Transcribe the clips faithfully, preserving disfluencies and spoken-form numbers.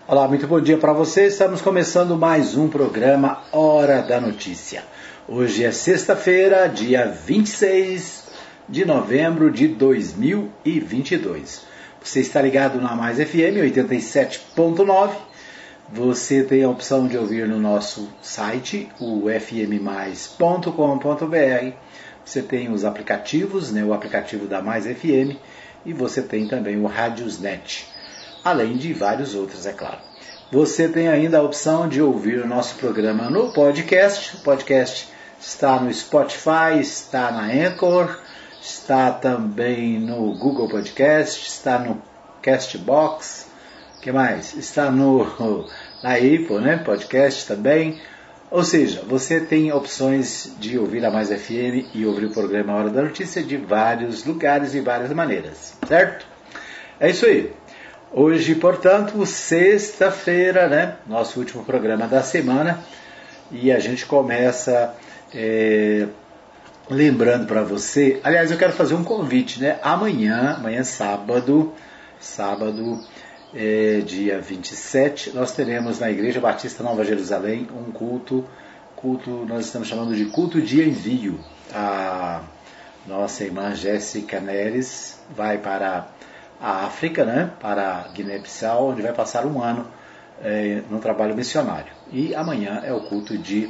Olá, muito bom dia para você. Estamos começando mais um programa Hora da Notícia. Hoje é sexta-feira, dia vinte e seis de novembro de dois mil e vinte e dois. Você está ligado na Mais F M oitenta e sete ponto nove. Você tem a opção de ouvir no nosso site, o f m mais ponto com ponto b r. Você tem os aplicativos, né, o aplicativo da Mais F M, e você tem também o Radiosnet, além de vários outros, é claro. Você tem ainda a opção de ouvir o nosso programa no podcast. O podcast está no Spotify, está na Anchor, está também no Google Podcast, está no Castbox, o que mais? Está no, na Apple, né? Podcast também. Ou seja, você tem opções de ouvir a Mais F M e ouvir o programa Hora da Notícia de vários lugares e várias maneiras, certo? É isso aí. Hoje, portanto, sexta-feira, né? Nosso último programa da semana. E a gente começa é, lembrando para você... Aliás, eu quero fazer um convite, né? Amanhã, amanhã sábado, sábado, é, dia vinte e sete, nós teremos na Igreja Batista Nova Jerusalém um culto, culto, nós estamos chamando de culto de envio. A nossa irmã Jéssica Neres vai para a África, né, para Guiné-Bissau, onde vai passar um ano é, no trabalho missionário. E amanhã é o culto de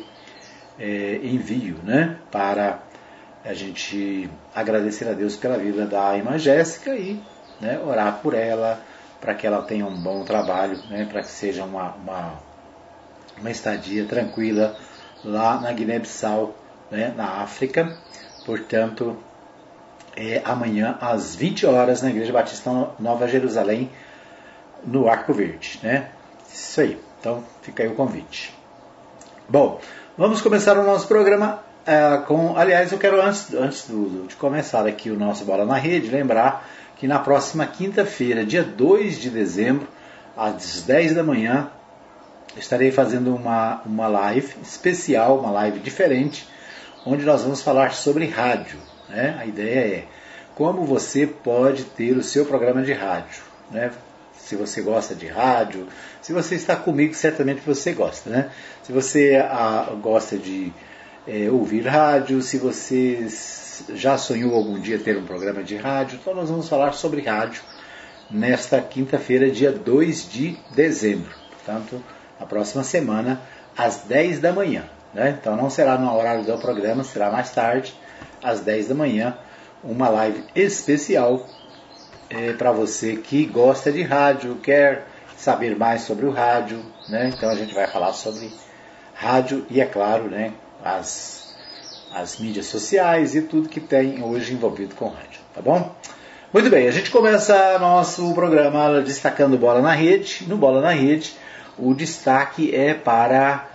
é, envio, né, para a gente agradecer a Deus pela vida da irmã Jéssica e, né, orar por ela, para que ela tenha um bom trabalho, né, para que seja uma, uma, uma estadia tranquila lá na Guiné-Bissau, né, na África. Portanto, é amanhã às vinte horas na Igreja Batista Nova Jerusalém, no Arco Verde, né? Isso aí. Então, fica aí o convite. Bom, vamos começar o nosso programa uh, com... Aliás, eu quero, antes, antes do, de começar aqui o nosso Bola na Rede, lembrar que na próxima quinta-feira, dia dois de dezembro, às dez da manhã, estarei fazendo uma, uma live especial, uma live diferente, onde nós vamos falar sobre rádio. Né? A ideia é como você pode ter o seu programa de rádio. Né? Se você gosta de rádio, se você está comigo, certamente você gosta. Né? Se você ah, gosta de é, ouvir rádio, se você já sonhou algum dia ter um programa de rádio, então nós vamos falar sobre rádio nesta quinta-feira, dia dois de dezembro. Portanto, a próxima semana, às dez da manhã. Né? Então não será no horário do programa, será mais tarde, às dez da manhã, uma live especial é, para você que gosta de rádio, quer saber mais sobre o rádio, né? Então a gente vai falar sobre rádio e, é claro, né, as, as mídias sociais e tudo que tem hoje envolvido com rádio, tá bom? Muito bem, a gente começa nosso programa destacando Bola na Rede. No Bola na Rede, o destaque é para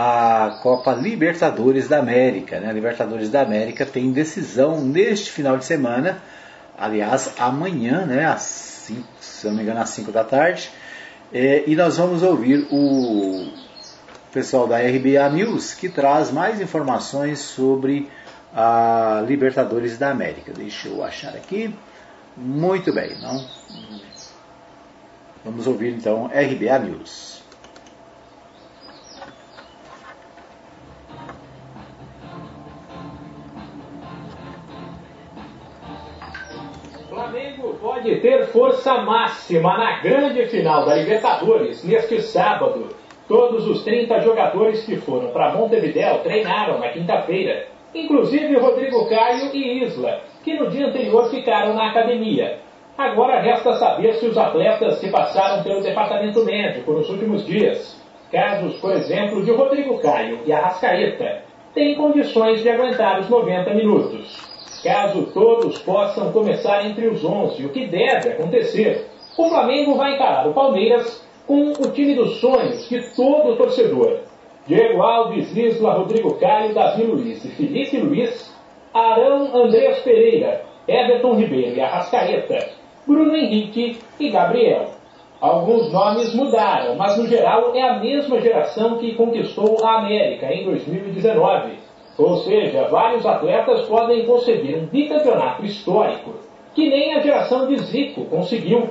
a Copa Libertadores da América. Né? A Libertadores da América tem decisão neste final de semana, aliás, amanhã, né? às cinco, se eu não me engano, às cinco da tarde, é, e nós vamos ouvir o pessoal da R B A News, que traz mais informações sobre a Libertadores da América. Deixa eu achar aqui. Muito bem, não? Vamos ouvir então R B A News. O Flamengo pode ter força máxima na grande final da Libertadores neste sábado. Todos os trinta jogadores que foram para Montevidéu treinaram na quinta-feira, inclusive Rodrigo Caio e Isla, que no dia anterior ficaram na academia. Agora resta saber se os atletas que passaram pelo departamento médico nos últimos dias, casos, por exemplo, de Rodrigo Caio e Arrascaeta, têm condições de aguentar os noventa minutos. Caso todos possam começar entre os onze, o que deve acontecer, o Flamengo vai encarar o Palmeiras com o time dos sonhos de todo torcedor. Diego Alves, Isla, Rodrigo Caio, Davi Luiz e Felipe Luiz, Arão, Andrés Pereira, Everton Ribeiro e Arrascaeta, Bruno Henrique e Gabriel. Alguns nomes mudaram, mas no geral é a mesma geração que conquistou a América em dois mil e dezenove. Ou seja, vários atletas podem conseguir um bicampeonato histórico, que nem a geração de Zico conseguiu.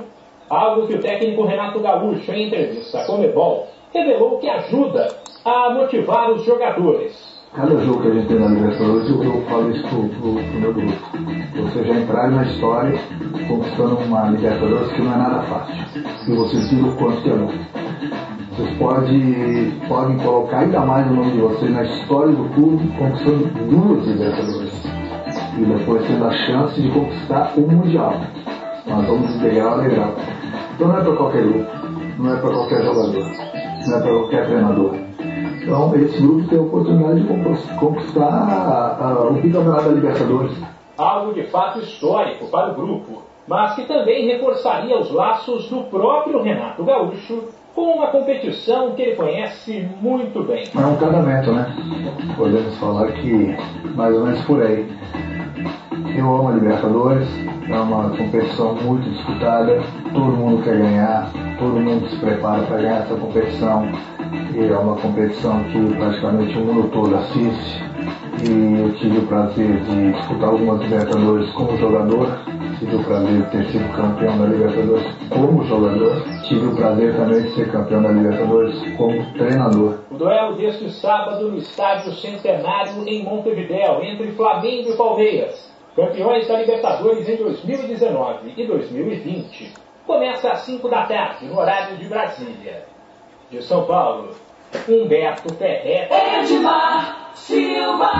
algo que o técnico Renato Gaúcho, em entrevista à Comebol, revelou que ajuda a motivar os jogadores. Cada jogo que a gente tem na Libertadores, eu, eu falo isso pro, pro, pro meu grupo. Vocês já entraram na história conquistando uma Libertadores que não é nada fácil. E vocês viram o quanto que é bom. Vocês podem, podem colocar ainda mais o nome de vocês na história do clube, conquistando duas Libertadores. E depois tendo a chance de conquistar o Mundial. Nós vamos de degrau a degrau. Então não é para qualquer grupo, não é para qualquer jogador, não é para qualquer treinador. Então, esse grupo tem a oportunidade de conquistar a, a, o bicampeonato da Libertadores. Algo de fato histórico para o grupo, mas que também reforçaria os laços do próprio Renato Gaúcho com uma competição que ele conhece muito bem. É um casamento, né? Podemos falar que mais ou menos por aí. Eu amo a Libertadores, é uma competição muito disputada, todo mundo quer ganhar, todo mundo se prepara para ganhar essa competição. E é uma competição que praticamente o mundo todo assiste. E eu tive o prazer de disputar algumas Libertadores como jogador. Tive o prazer de ter sido campeão da Libertadores como jogador. Tive o prazer também de ser campeão da Libertadores como treinador. O duelo deste sábado no Estádio Centenário em Montevidéu, entre Flamengo e Palmeiras, campeões da Libertadores em dois mil e dezenove e dois mil e vinte, começa às cinco da tarde, no horário de Brasília. De São Paulo, Humberto Ferreira. Edmar Silva.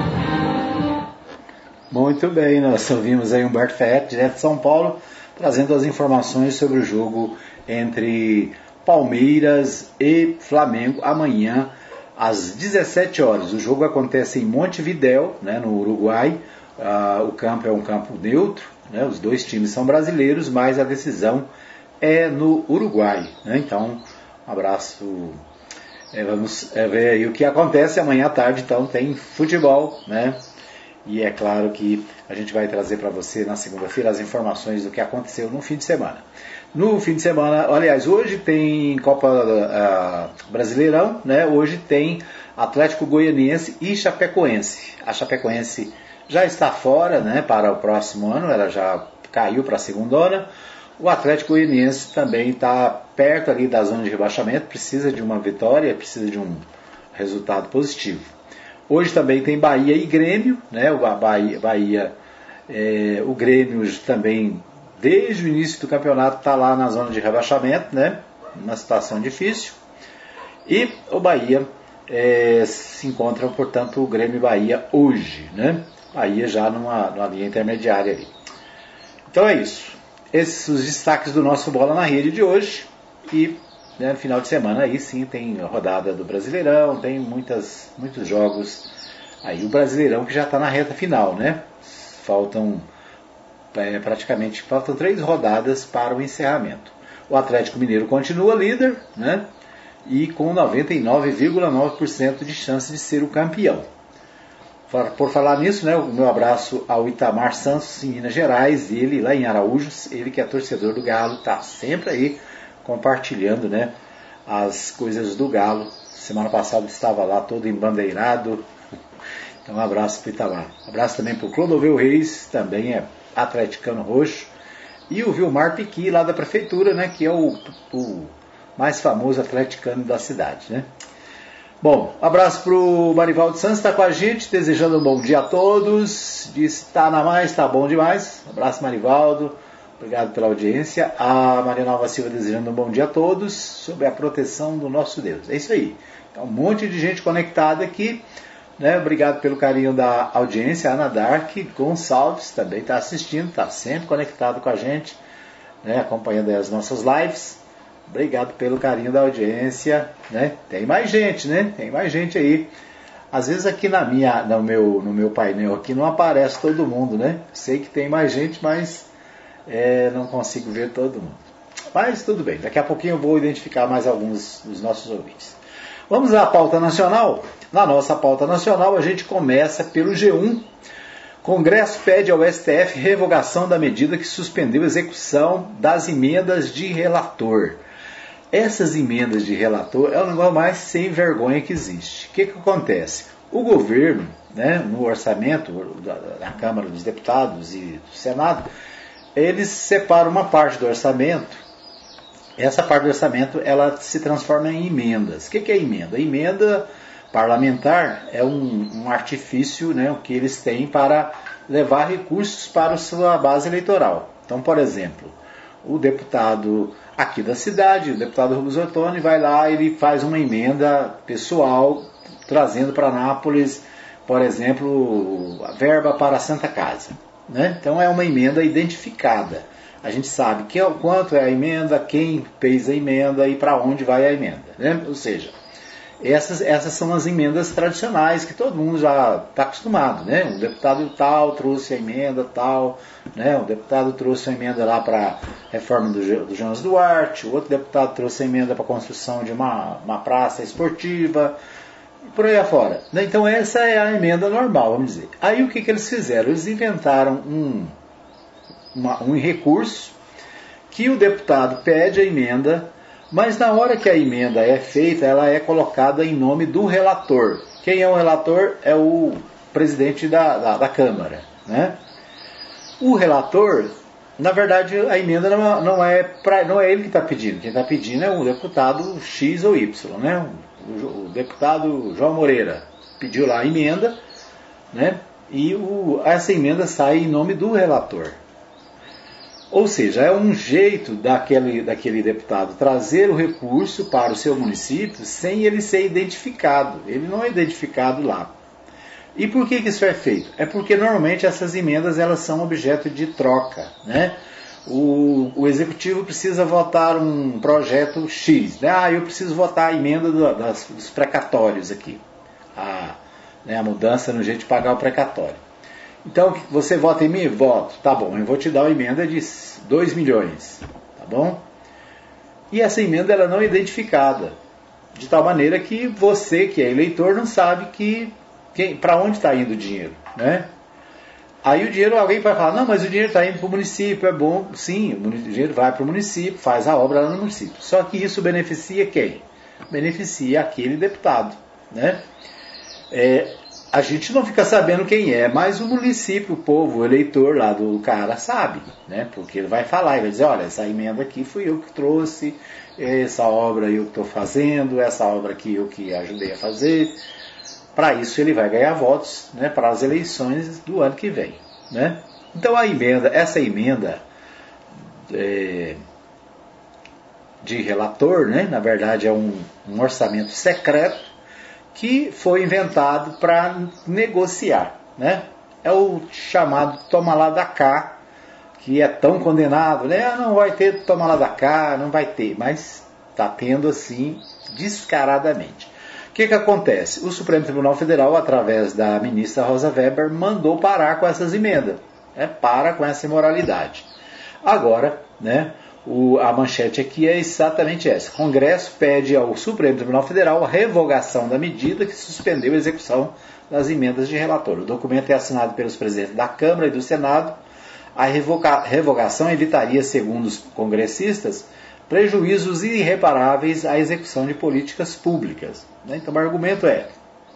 Muito bem, nós ouvimos aí Humberto Ferreira, direto de São Paulo, trazendo as informações sobre o jogo entre Palmeiras e Flamengo amanhã às dezessete horas. O jogo acontece em Montevidéu, né, no Uruguai. Uh, o campo é um campo neutro, né, os dois times são brasileiros, mas a decisão é no Uruguai, né, então um abraço, é, vamos é, ver aí o que acontece amanhã à tarde. Então tem futebol, né? E é claro que a gente vai trazer para você na segunda-feira as informações do que aconteceu no fim de semana. No fim de semana, aliás, hoje tem Copa uh, Brasileirão, né? Hoje tem Atlético Goianiense e Chapecoense. A Chapecoense já está fora, né, para o próximo ano, ela já caiu para a segundona. O Atlético Goianiense também está perto ali da zona de rebaixamento, precisa de uma vitória, precisa de um resultado positivo. Hoje também tem Bahia e Grêmio, né? O Bahia, Bahia é, o Grêmio também, desde o início do campeonato, está lá na zona de rebaixamento, né? Uma situação difícil. E o Bahia é, se encontra, portanto, o Grêmio e Bahia hoje, né? Bahia já numa, numa linha intermediária ali. Então é isso. Esses os destaques do nosso Bola na Rede de hoje. E né, no final de semana aí sim tem a rodada do Brasileirão, tem muitas, muitos jogos. Aí o Brasileirão que já está na reta final, né? Faltam é, praticamente faltam três rodadas para o encerramento. O Atlético Mineiro continua líder, né? E com noventa e nove vírgula nove por cento de chance de ser o campeão. Por falar nisso, né, o meu abraço ao Itamar Santos, em Minas Gerais, ele lá em Araújos, ele que é torcedor do Galo, está sempre aí compartilhando, né, as coisas do Galo. Semana passada estava lá todo embandeirado. Então um abraço para o Itamar. Um abraço também para o Clodovil Reis, também é atleticano roxo. E o Vilmar Piqui, lá da prefeitura, né, que é o, o mais famoso atleticano da cidade, né. Bom, abraço para o Marivaldo Santos, está com a gente, desejando um bom dia a todos. Disse, tá na mais, tá bom demais. Abraço, Marivaldo, obrigado pela audiência. A Maria Nova Silva desejando um bom dia a todos, sob a proteção do nosso Deus. É isso aí. Então, um monte de gente conectada aqui, né? Obrigado pelo carinho da audiência. A Ana Dark Gonçalves também está assistindo, está sempre conectado com a gente, né? Acompanhando aí as nossas lives. Obrigado pelo carinho da audiência, né? Tem mais gente, né? Tem mais gente aí. Às vezes aqui na minha, no meu, no meu painel aqui não aparece todo mundo, né? Sei que tem mais gente, mas é, não consigo ver todo mundo. Mas tudo bem, daqui a pouquinho eu vou identificar mais alguns dos nossos ouvintes. Vamos à pauta nacional. Na nossa pauta nacional a gente começa pelo G um. Congresso pede ao S T F revogação da medida que suspendeu a execução das emendas de relator. Essas emendas de relator é o negócio mais sem vergonha que existe. O que, que acontece? O governo, né, no orçamento da, da Câmara dos Deputados e do Senado, eles separam uma parte do orçamento essa parte do orçamento ela se transforma em emendas. O que é emenda? A emenda parlamentar é um, um artifício, né, que eles têm para levar recursos para a sua base eleitoral. Então, por exemplo, o deputado aqui da cidade, o deputado Rubens Ottoni, vai lá e ele faz uma emenda pessoal, trazendo para Anápolis, por exemplo, a verba para a Santa Casa. Né? Então é uma emenda identificada. A gente sabe que, quanto é a emenda, quem fez a emenda e para onde vai a emenda. Né? Ou seja, essas, essas são as emendas tradicionais que todo mundo já está acostumado. Né? Um deputado tal trouxe a emenda tal, né? Um deputado trouxe a emenda lá para a reforma do, do Jonas Duarte, o outro deputado trouxe a emenda para a construção de uma, uma praça esportiva, por aí afora. Então essa é a emenda normal, vamos dizer. Aí o que, que eles fizeram? Eles inventaram um, uma, um recurso que o deputado pede a emenda, mas na hora que a emenda é feita, ela é colocada em nome do relator. Quem é o relator? É o presidente da, da, da Câmara. Né? O relator, na verdade, a emenda não, não, é, pra, não é ele que está pedindo. Quem está pedindo é o deputado X ou Y, né? O deputado João Moreira pediu lá a emenda, né, e o, essa emenda sai em nome do relator. Ou seja, é um jeito daquele, daquele deputado trazer o recurso para o seu município sem ele ser identificado. Ele não é identificado lá. E por que, que isso é feito? É porque normalmente essas emendas elas são objeto de troca, né? O, o executivo precisa votar um projeto X. Né? Ah, eu preciso votar a emenda do, das, dos precatórios aqui. A, né, a mudança no jeito de pagar o precatório. Então, você vota em mim? Voto. Tá bom, eu vou te dar uma emenda de dois milhões. Tá bom? E essa emenda ela não é identificada. De tal maneira que você, que é eleitor, não sabe que, que, para onde está indo o dinheiro. Né? Aí o dinheiro, alguém vai falar, não, mas o dinheiro está indo para o município, é bom. Sim, o dinheiro vai para o município, faz a obra lá no município. Só que isso beneficia quem? Beneficia aquele deputado. Né? É, a gente não fica sabendo quem é, mas o município, o povo, o eleitor lá do cara sabe. Né? Porque ele vai falar, ele vai dizer, olha, essa emenda aqui fui eu que trouxe, essa obra eu que estou fazendo, essa obra aqui eu que ajudei a fazer. Para isso ele vai ganhar votos, né, para as eleições do ano que vem. Né? Então a emenda, essa emenda é, de relator, né, na verdade é um, um orçamento secreto que foi inventado para negociar. Né? É o chamado toma lá da cá, que é tão condenado. Né? Não vai ter toma lá da cá, não vai ter, mas está tendo assim descaradamente. O que, que acontece? O Supremo Tribunal Federal, através da ministra Rosa Weber, mandou parar com essas emendas. Né? Para com essa imoralidade. Agora, né, o, a manchete aqui é exatamente essa. O Congresso pede ao Supremo Tribunal Federal a revogação da medida que suspendeu a execução das emendas de relator. O documento é assinado pelos presidentes da Câmara e do Senado. A revoga, revogação evitaria, segundo os congressistas, prejuízos irreparáveis à execução de políticas públicas. Então o argumento é,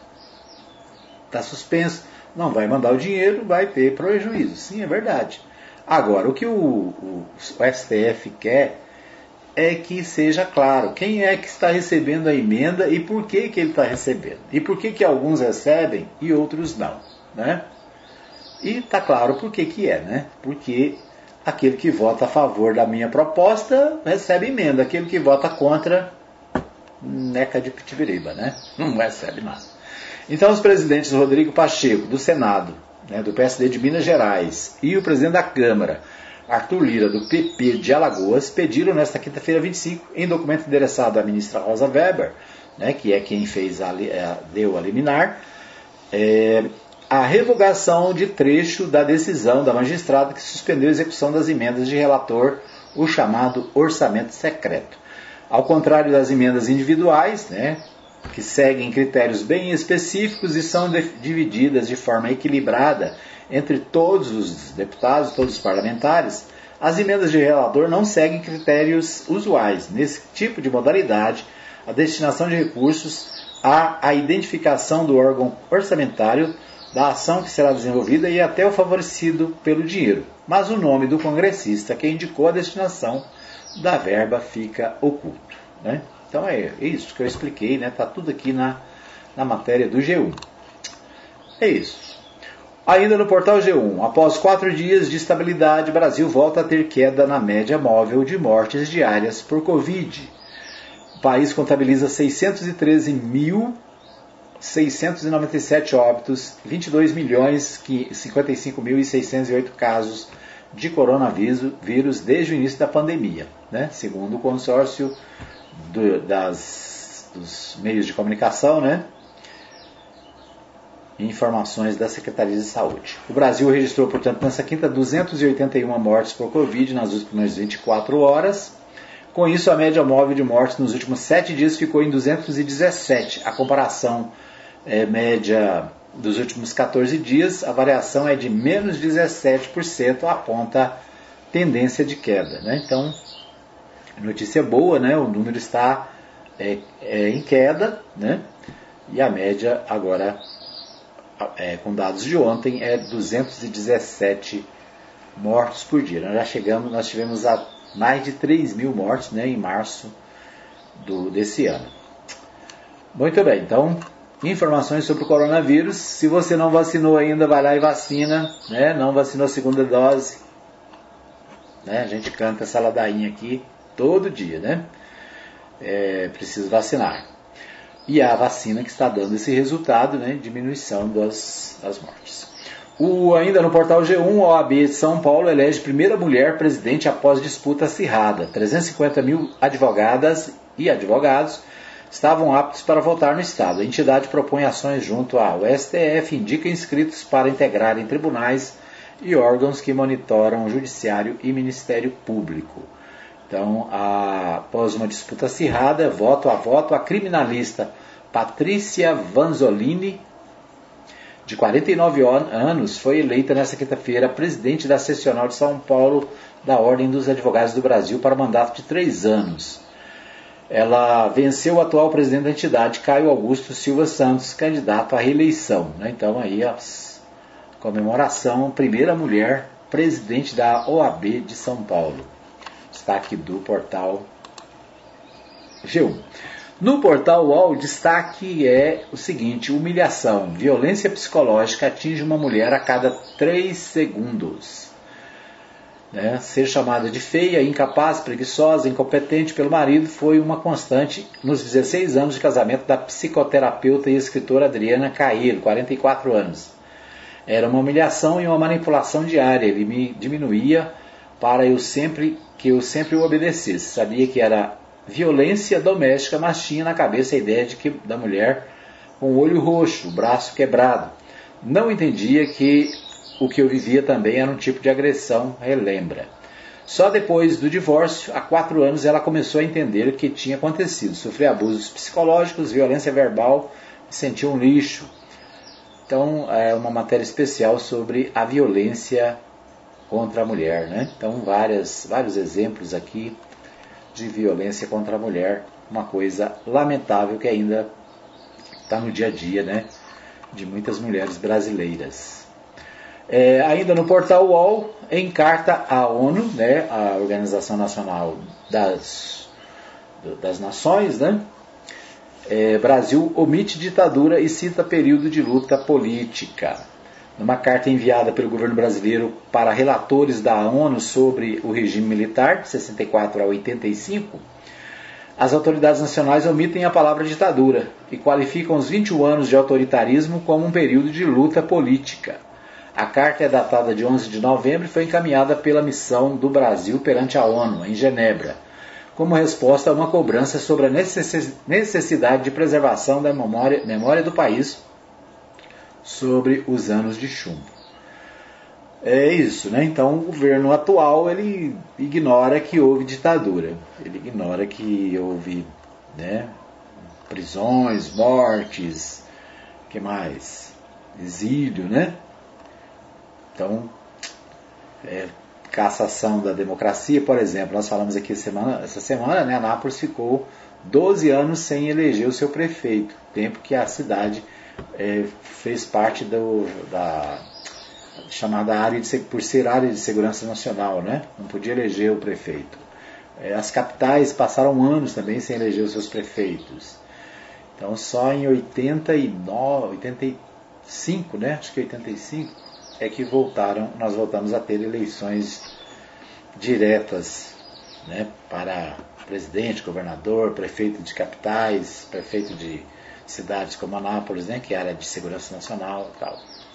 está suspenso, não vai mandar o dinheiro, vai ter prejuízo. Sim, é verdade. Agora, o que o, o, o S T F quer é que seja claro quem é que está recebendo a emenda e por que, que ele está recebendo. E por que, que alguns recebem e outros não. Né? E está claro por que, que é. Né? Porque aquele que vota a favor da minha proposta recebe emenda. Aquele que vota contra, neca de pitibiriba, né? Não recebe nada. Então os presidentes Rodrigo Pacheco, do Senado, né, do P S D de Minas Gerais, e o presidente da Câmara, Arthur Lira, do P P de Alagoas, pediram nesta quinta-feira vinte e cinco, em documento endereçado à ministra Rosa Weber, né, que é quem fez a, deu a liminar, é, a revogação de trecho da decisão da magistrada que suspendeu a execução das emendas de relator, o chamado orçamento secreto. Ao contrário das emendas individuais, né, que seguem critérios bem específicos e são de, divididas de forma equilibrada entre todos os deputados, todos os parlamentares, as emendas de relator não seguem critérios usuais. Nesse tipo de modalidade, a destinação de recursos há a identificação do órgão orçamentário da ação que será desenvolvida e até o favorecido pelo dinheiro. Mas o nome do congressista que indicou a destinação da verba fica oculto, né? Então é isso que eu expliquei, né? Tá tudo aqui na, na matéria do G um. É isso. Ainda no portal G um, após quatro dias de estabilidade, Brasil volta a ter queda na média móvel de mortes diárias por Covid. O país contabiliza seiscentos e treze mil seiscentos e noventa e sete óbitos, vinte e dois milhões e cinquenta e cinco mil e seiscentos e oito casos de coronavírus desde o início da pandemia, né? Segundo o consórcio do, das, dos meios de comunicação, né? Informações da Secretaria de Saúde. O Brasil registrou, portanto, nessa quinta, duzentas e oitenta e uma mortes por Covid nas últimas vinte e quatro horas. Com isso, a média móvel de mortes nos últimos sete dias ficou em duzentos e dezessete. A comparação é, média dos últimos quatorze dias, a variação é de menos dezessete por cento, aponta tendência de queda, né? Então, notícia boa, né? O número está é, é, em queda, né? E a média agora, é, com dados de ontem, é duzentos e dezessete mortos por dia. Nós já chegamos, nós tivemos a mais de três mil mortes, né, em março do, desse ano. Muito bem, então, informações sobre o coronavírus. Se você não vacinou ainda, vai lá e vacina, né? Não vacinou a segunda dose, né? A gente canta essa ladainha aqui todo dia, né? É preciso vacinar. E a vacina que está dando esse resultado, né? Diminuição das, das mortes. O, ainda no portal G um, a O A B de São Paulo elege primeira mulher presidente após disputa acirrada. trezentas e cinquenta mil advogadas e advogados estavam aptos para votar no Estado. A entidade propõe ações junto ao S T F e indica inscritos para integrarem tribunais e órgãos que monitoram o Judiciário e Ministério Público. Então, a, após uma disputa acirrada, voto a voto, a criminalista Patrícia Vanzolini, de quarenta e nove anos, foi eleita nesta quinta-feira presidente da Seccional de São Paulo da Ordem dos Advogados do Brasil para mandato de três anos. Ela venceu o atual presidente da entidade, Caio Augusto Silva Santos, candidato à reeleição, né? Então aí a comemoração, primeira mulher presidente da O A B de São Paulo. Destaque do portal G um. No portal U O L, o destaque é o seguinte: humilhação, violência psicológica atinge uma mulher a cada três segundos. Né? Ser chamada de feia, incapaz, preguiçosa, incompetente pelo marido foi uma constante nos dezesseis anos de casamento da psicoterapeuta e escritora Adriana Caeiro, quarenta e quatro anos. Era uma humilhação e uma manipulação diária. Ele me diminuía para eu sempre, que eu sempre o obedecesse. Sabia que era violência doméstica, mas tinha na cabeça a ideia de que, da mulher com o olho roxo, o braço quebrado. Não entendia que o que eu vivia também era um tipo de agressão, relembra. Só depois do divórcio, há quatro anos, ela começou a entender o que tinha acontecido. Sofreu abusos psicológicos, violência verbal, sentiu um lixo. Então, é uma matéria especial sobre a violência contra a mulher, né? Então, várias, vários exemplos aqui de violência contra a mulher, uma coisa lamentável que ainda está no dia a dia, né, de muitas mulheres brasileiras. É, ainda no portal U O L, em carta à ONU, né, a Organização Nacional das, das Nações, né, é, Brasil omite ditadura e cita período de luta política. Numa carta enviada pelo governo brasileiro para relatores da ONU sobre o regime militar, de sessenta e quatro a oitenta e cinco, as autoridades nacionais omitem a palavra ditadura e qualificam os vinte e um anos de autoritarismo como um período de luta política. A carta é datada de onze de novembro e foi encaminhada pela missão do Brasil perante a ONU, em Genebra, como resposta a uma cobrança sobre a necessidade de preservação da memória, memória do país sobre os anos de chumbo. É isso, né? Então o governo atual, ele ignora que houve ditadura, ele ignora que houve, né, prisões, mortes, que mais? Exílio, né? Então, é, cassação da democracia, por exemplo, nós falamos aqui semana, essa semana, né, Anápolis ficou doze anos sem eleger o seu prefeito, tempo que a cidade é, fez parte do, da chamada área de, por ser área de segurança nacional, né? Não podia eleger o prefeito. as capitais passaram anos também sem eleger os seus prefeitos. Então só em oitenta e nove, oitenta e cinco, né? Acho que oitenta e cinco é que voltaram, nós voltamos a ter eleições diretas, né, para presidente, governador, prefeito de capitais, prefeito de cidades como Anápolis, né, que é área de segurança nacional e tal.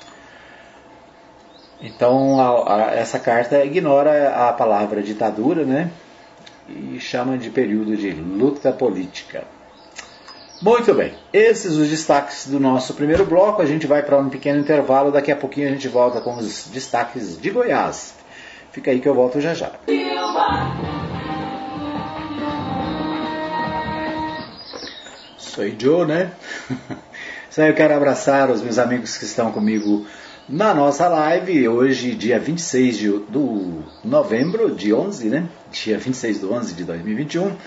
Então a, a, essa carta ignora a palavra ditadura, né, e chama de período de luta política. Muito bem, esses os destaques do nosso primeiro bloco. A gente vai para um pequeno intervalo, daqui a pouquinho a gente volta com os destaques de Goiás. Fica aí que eu volto já já. Sou Joe, né? Isso aí, eu quero abraçar os meus amigos que estão comigo na nossa live, hoje dia vinte e seis de novembro de onze, né? Dia vinte e seis de onze de dois mil e vinte e um,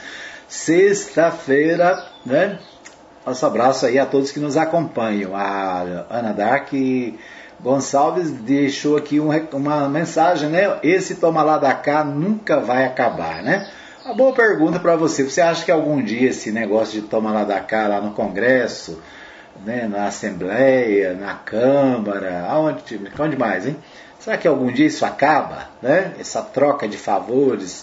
sexta-feira, né? Nosso abraço aí a todos que nos acompanham. A Ana Dark Gonçalves deixou aqui um, uma mensagem, né? Esse toma lá da cá nunca vai acabar, né? Uma boa pergunta para você. Você acha que algum dia esse negócio de toma lá da cá lá no Congresso, né, na Assembleia, na Câmara, aonde, onde mais, hein? Será que algum dia isso acaba, né? Essa troca de favores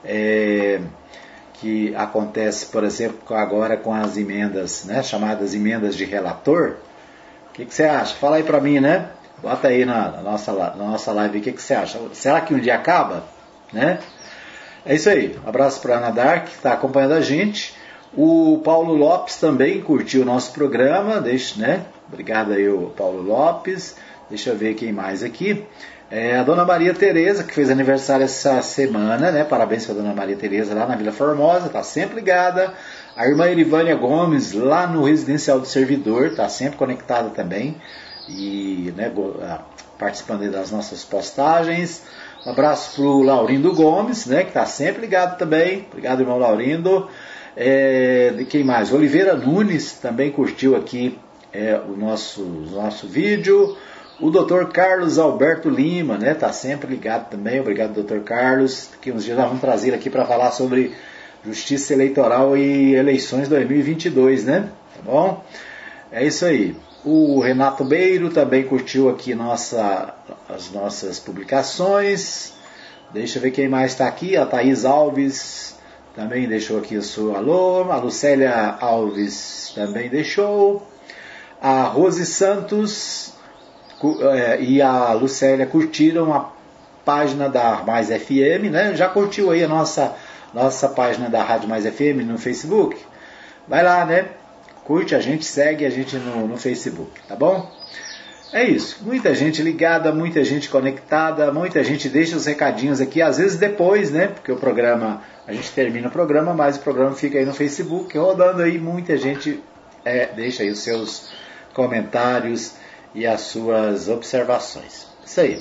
é, que acontece, por exemplo, agora com as emendas, né, chamadas emendas de relator. O que, que você acha? Fala aí para mim, né? Bota aí na, na, nossa, na nossa live o que, que você acha. Será que um dia acaba? Né? É isso aí. Um abraço para a Ana Dark, que está acompanhando a gente. O Paulo Lopes também curtiu o nosso programa. Deixa, né? Obrigado aí, o Paulo Lopes. Deixa eu ver quem mais aqui. É a Dona Maria Tereza, que fez aniversário essa semana, né? Parabéns para a Dona Maria Tereza lá na Vila Formosa, está sempre ligada. A irmã Erivânia Gomes, lá no Residencial do Servidor, está sempre conectada também e, né, participando das nossas postagens. Um abraço para o Laurindo Gomes, né, que está sempre ligado também. Obrigado, irmão Laurindo. É, de quem mais? Oliveira Nunes também curtiu aqui é, o nosso, o nosso vídeo. O doutor Carlos Alberto Lima, né, está sempre ligado também. Obrigado, doutor Carlos. Daqui uns dias nós vamos trazer aqui para falar sobre Justiça Eleitoral e eleições dois mil e vinte e dois, né? Tá bom? É isso aí. O Renato Beiro também curtiu aqui nossa, as nossas publicações. Deixa eu ver quem mais está aqui. A Thaís Alves também deixou aqui o seu alô. A Lucélia Alves também deixou. A Rose Santos é, e a Lucélia curtiram a página da Mais F M, né? Já curtiu aí a nossa, nossa página da Rádio Mais F M no Facebook? Vai lá, né? Curte a gente, segue a gente no, no Facebook, tá bom? É isso. Muita gente ligada, muita gente conectada, muita gente deixa os recadinhos aqui, às vezes depois, né? Porque o programa, a gente termina o programa, mas o programa fica aí no Facebook, rodando aí, muita gente é, deixa aí os seus comentários e as suas observações. Isso aí.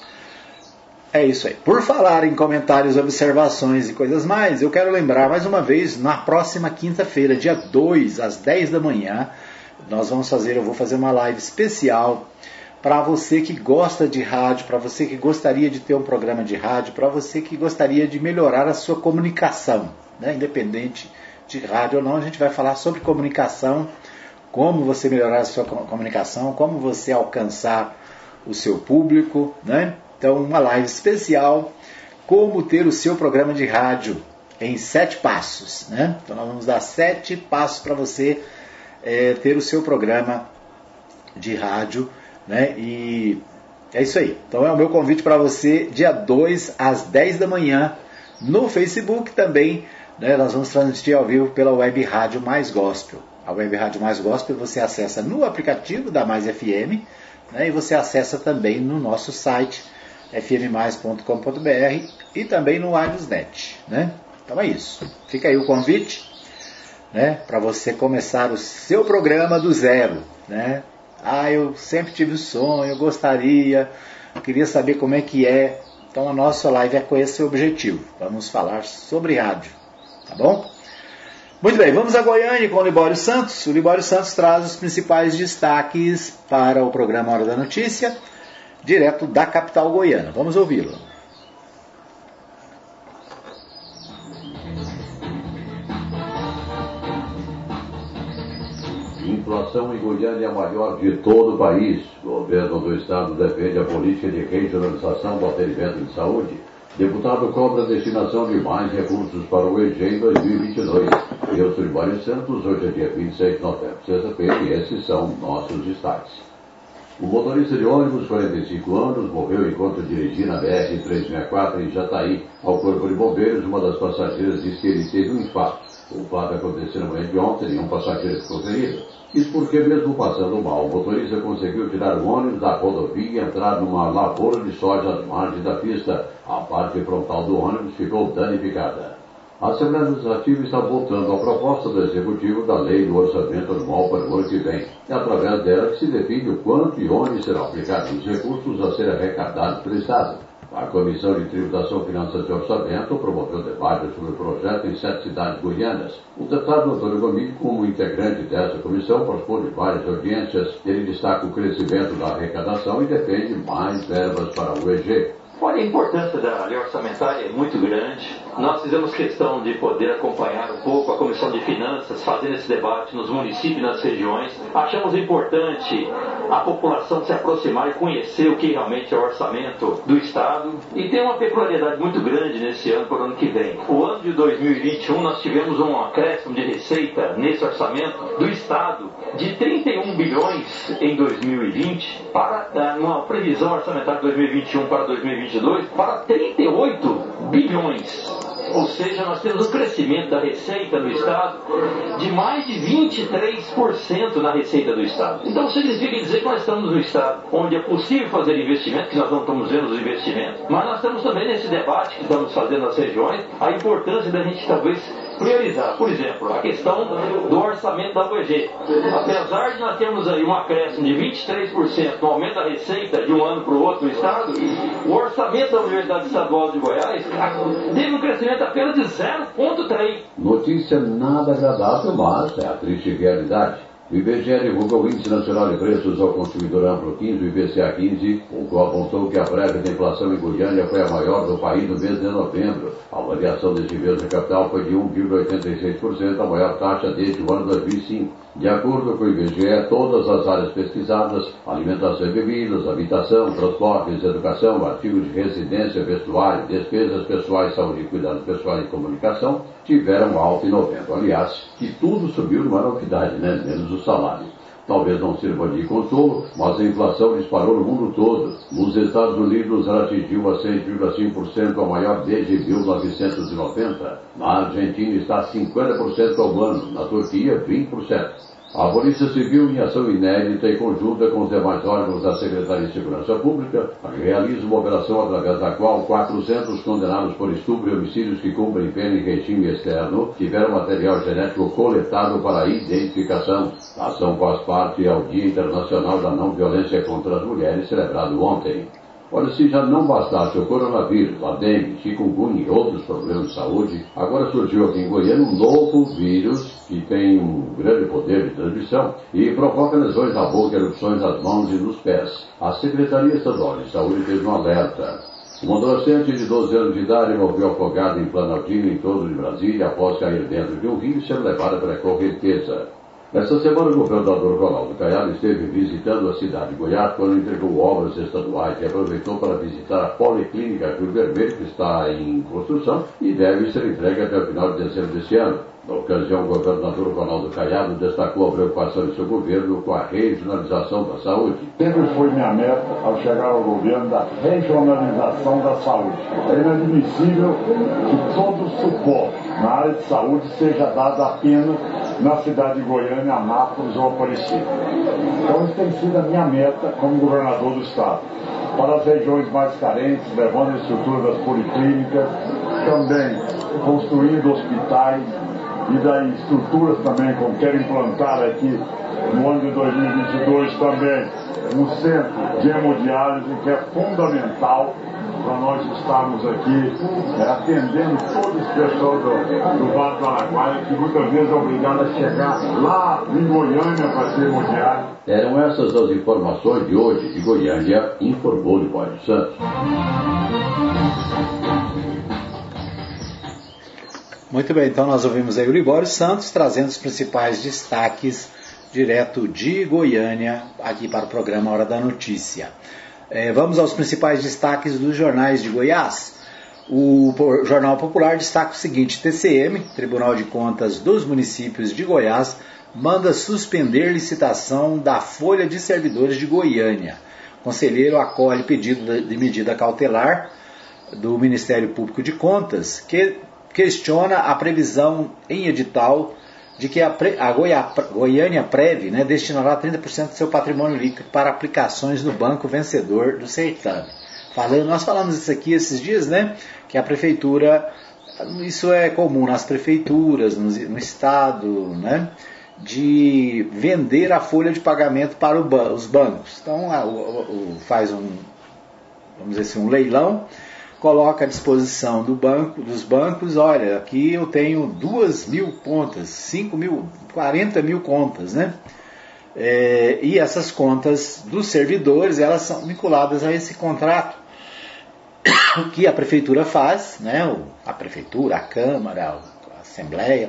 É isso aí. Por falar em comentários, observações e coisas mais, eu quero lembrar mais uma vez, na próxima quinta-feira, dia dois, às dez da manhã, nós vamos fazer, eu vou fazer uma live especial para você que gosta de rádio, para você que gostaria de ter um programa de rádio, para você que gostaria de melhorar a sua comunicação, né? Independente de rádio ou não, a gente vai falar sobre comunicação, como você melhorar a sua comunicação, como você alcançar o seu público, né? Então, uma live especial, como ter o seu programa de rádio em sete passos, né? Então, nós vamos dar sete passos para você é, ter o seu programa de rádio, né? E é isso aí. Então, é o meu convite para você, dia dois, às dez da manhã, no Facebook também, né? Nós vamos transmitir ao vivo pela Web Rádio Mais Gospel. A Web Rádio Mais Gospel você acessa no aplicativo da Mais F M, né? E você acessa também no nosso site, f m mais ponto com ponto b r, e também no Wirelessnet, né? Então é isso. Fica aí o convite, né, para você começar o seu programa do zero, né? Ah, eu sempre tive o sonho, eu gostaria, eu queria saber como é que é. Então a nossa live é com esse objetivo. Vamos falar sobre rádio, tá bom? Muito bem, vamos a Goiânia com o Libório Santos. O Libório Santos traz os principais destaques para o programa Hora da Notícia, direto da capital goiana. Vamos ouvi-lo. Inflação em Goiânia é a maior de todo o país. O governo do estado defende a política de regionalização do atendimento de saúde. Deputado cobra a destinação de mais recursos para o E G em dois mil e vinte e dois. Eu sou Libório Santos, hoje é dia vinte e seis de novembro, sexta-feira, e esses são nossos destaques. O motorista de ônibus, quarenta e cinco anos, morreu enquanto dirigia na B R trezentos e sessenta e quatro em Jataí. Ao Corpo de Bombeiros, uma das passageiras disse que ele teve um infarto. O fato aconteceu na manhã de ontem e um passageiro ficou ferido. Isso porque, mesmo passando mal, o motorista conseguiu tirar o ônibus da rodovia e entrar numa lavoura de soja às margens da pista. A parte frontal do ônibus ficou danificada. A Assembleia Legislativa está votando a proposta do Executivo da Lei do Orçamento Anual para o ano que vem. É através dela que se define o quanto e onde serão aplicados os recursos a serem arrecadados pelo Estado. A Comissão de Tributação, Finanças e Orçamento promoveu debate sobre o projeto em sete cidades goianas. O deputado Antônio Gomide, como integrante dessa comissão, participou de várias audiências. Ele destaca o crescimento da arrecadação e defende mais verbas para o E G. Olha, a importância da lei orçamentária é muito grande. Nós fizemos questão de poder acompanhar um pouco a Comissão de Finanças, fazendo esse debate nos municípios e nas regiões. Achamos importante a população se aproximar e conhecer o que realmente é o orçamento do Estado. E tem uma peculiaridade muito grande nesse ano para o ano que vem. O ano de dois mil e vinte e um nós tivemos um acréscimo de receita nesse orçamento do Estado de trinta e um bilhões em dois mil e vinte para uma previsão orçamentária de dois mil e vinte e um para dois mil e vinte e dois para trinta e oito bilhões. Ou seja, nós temos um crescimento da receita do Estado de mais de vinte e três por cento na receita do Estado. Então significa dizer que nós estamos no Estado onde é possível fazer investimento, que nós não estamos vendo os investimentos, mas nós estamos também nesse debate que estamos fazendo nas regiões, a importância da gente talvez priorizar. Por exemplo, a questão do orçamento da U E G. Apesar de nós termos aí um acréscimo de vinte e três por cento no aumento da receita de um ano para o outro no Estado, o orçamento da Universidade Estadual de Goiás teve um crescimento apenas de zero vírgula três. Notícia nada agradável, mas é a triste realidade. O I B G E divulgou o Índice Nacional de Preços ao Consumidor Amplo quinze, o I P C A quinze, o qual apontou que a prévia de inflação em Goiânia foi a maior do país no mês de novembro. A variação deste mês na capital foi de um vírgula oitenta e seis por cento, a maior taxa desde o ano dois mil e cinco. De acordo com o I B G E, todas as áreas pesquisadas, alimentação e bebidas, habitação, transportes, educação, artigos de residência, vestuário, despesas pessoais, saúde e cuidados pessoais e comunicação, tiveram alta em novembro. Aliás, que tudo subiu numa novidade, né? Menos o salário. Talvez não sirva de consolo, mas a inflação disparou no mundo todo. Nos Estados Unidos, ela atingiu a seis vírgula cinco por cento, a maior desde mil novecentos e noventa. Na Argentina está a cinquenta por cento ao ano, na Turquia, vinte por cento. A Polícia Civil, em ação inédita e conjunta com os demais órgãos da Secretaria de Segurança Pública, realiza uma operação através da qual quatrocentos condenados por estupro e homicídios que cumprem pena em regime externo tiveram material genético coletado para a identificação. A ação faz parte ao Dia Internacional da Não Violência contra as Mulheres, celebrado ontem. Olha, se já não bastasse o coronavírus, a dengue, chikungunya e outros problemas de saúde, agora surgiu aqui em Goiânia um novo vírus que tem um grande poder de transmissão e provoca lesões na boca, erupções nas mãos e nos pés. A Secretaria Estadual de Saúde fez um alerta. Um adolescente de doze anos de idade morreu afogado em Planaltina, em torno de Brasília, após cair dentro de um rio e ser levado pela correnteza. Esta semana, o governador Ronaldo Caiado esteve visitando a cidade de Goiás quando entregou obras estaduais e aproveitou para visitar a Policlínica Rio Vermelho, que está em construção e deve ser entregue até o final de dezembro deste ano. Na ocasião, o governador Ronaldo Caiado destacou a preocupação de seu governo com a regionalização da saúde. Sempre foi minha meta, ao chegar ao governo, da regionalização da saúde. É inadmissível que todo o suporte na área de saúde seja dado apenas na cidade de Goiânia, Anápolis ou Aparecida. Então, isso tem sido a minha meta como governador do estado. Para as regiões mais carentes, levando a estrutura das policlínicas, também construindo hospitais, e das estruturas também, como quero implantar aqui no ano de dois mil e vinte e dois também, um centro de hemodiálise que é fundamental para nós estarmos aqui é, atendendo todo esse pessoal do, do Vale do Araguaia, que muitas vezes é obrigado a chegar lá em Goiânia para ser hemodiálise. Eram essas as informações de hoje de Goiânia, informou Libório Santos. Muito bem, então nós ouvimos aí o Libório Santos trazendo os principais destaques direto de Goiânia, aqui para o programa Hora da Notícia. É, vamos aos principais destaques dos jornais de Goiás. O Jornal Popular destaca o seguinte: T C M, Tribunal de Contas dos Municípios de Goiás, manda suspender licitação da Folha de Servidores de Goiânia. Conselheiro acolhe pedido de medida cautelar do Ministério Público de Contas, que questiona a previsão em edital de que a, a Goiá, Goiânia Prev, né, destinará trinta por cento do seu patrimônio líquido para aplicações no banco vencedor do certame. Falando, nós falamos isso aqui esses dias, né, que a prefeitura, isso é comum nas prefeituras, no, no estado, né, de vender a folha de pagamento para o, os bancos. Então, a, o, o, faz um, vamos dizer assim, um leilão, coloca à disposição do banco, dos bancos, olha, aqui eu tenho duas mil contas, cinco mil, quarenta mil contas, né? É, e essas contas dos servidores, elas são vinculadas a esse contrato que a prefeitura faz, né? A prefeitura, a Câmara, a Assembleia,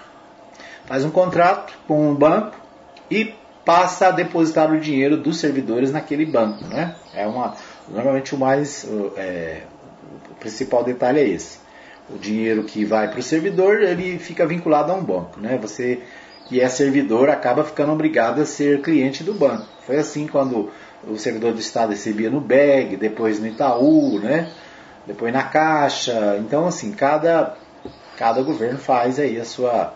faz um contrato com o banco e passa a depositar o dinheiro dos servidores naquele banco, né? É uma, normalmente o mais... É, o principal detalhe é esse. O dinheiro que vai para o servidor, ele fica vinculado a um banco, né? Você que é servidor acaba ficando obrigado a ser cliente do banco. Foi assim quando o servidor do Estado recebia no B E G, depois no Itaú, né? Depois na Caixa. Então, assim, cada, cada governo faz aí a sua,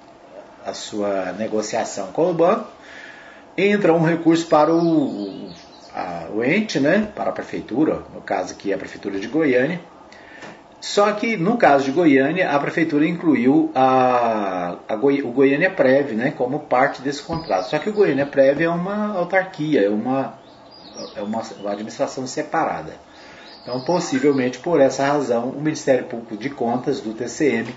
a sua negociação com o banco. Entra um recurso para o, a, o ente, né? Para a prefeitura, no caso aqui a prefeitura de Goiânia. Só que no caso de Goiânia, a prefeitura incluiu a, a Goi, o Goiânia Prev, né, como parte desse contrato. Só que o Goiânia Prev é uma autarquia, é uma, é uma, uma administração separada. Então, possivelmente, por essa razão, o Ministério Público de Contas do T C M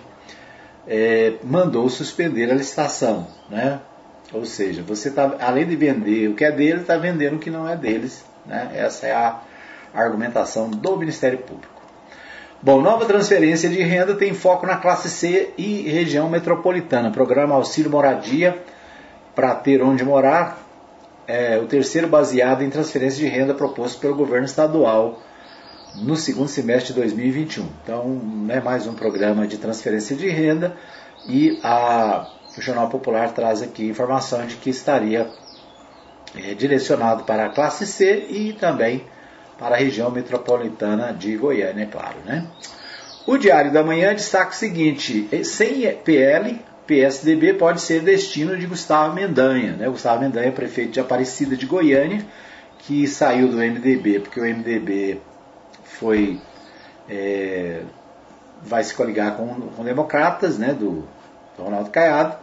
é, mandou suspender a licitação, né? Ou seja, você tá, além de vender o que é dele, está vendendo o que não é deles, né? Essa é a argumentação do Ministério Público. Bom, nova transferência de renda tem foco na classe C e região metropolitana. Programa Auxílio Moradia para ter onde morar, é o terceiro baseado em transferência de renda proposto pelo governo estadual no segundo semestre de dois mil e vinte e um. Então, né, mais um programa de transferência de renda e a, o Jornal Popular traz aqui informação de que estaria é, direcionado para a classe C e também para a região metropolitana de Goiânia, é claro, né? O Diário da Manhã destaca o seguinte: sem P L, P S D B pode ser destino de Gustavo Mendanha, né? Gustavo Mendanha, prefeito de Aparecida de Goiânia, que saiu do M D B, porque o M D B foi, é, vai se coligar com, com democratas, né, do, do Ronaldo Caiado.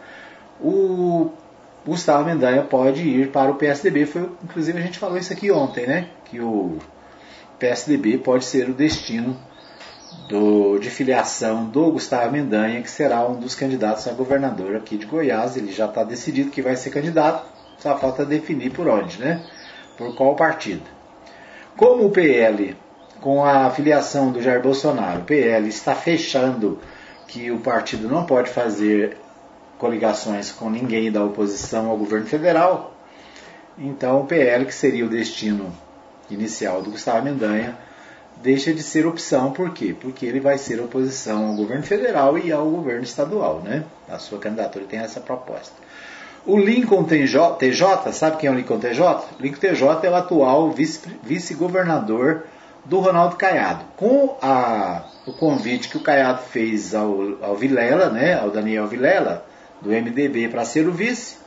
O Gustavo Mendanha pode ir para o P S D B, foi, inclusive a gente falou isso aqui ontem, né, que o P S D B pode ser o destino do, de filiação do Gustavo Mendanha, que será um dos candidatos a governador aqui de Goiás. Ele já está decidido que vai ser candidato, só falta definir por onde, né? Por qual partido. Como o P L, com a filiação do Jair Bolsonaro, o P L está fechando que o partido não pode fazer coligações com ninguém da oposição ao governo federal, então o P L, que seria o destino inicial do Gustavo Mendanha, deixa de ser opção. Por quê? Porque ele vai ser oposição ao governo federal e ao governo estadual, né? A sua candidatura tem essa proposta. O Lincoln T J, sabe quem é o Lincoln T J? O Lincoln T J é o atual vice, vice-governador do Ronaldo Caiado. Com a, o convite que o Caiado fez ao, ao Vilela, né? Ao Daniel Vilela, do M D B, para ser o vice,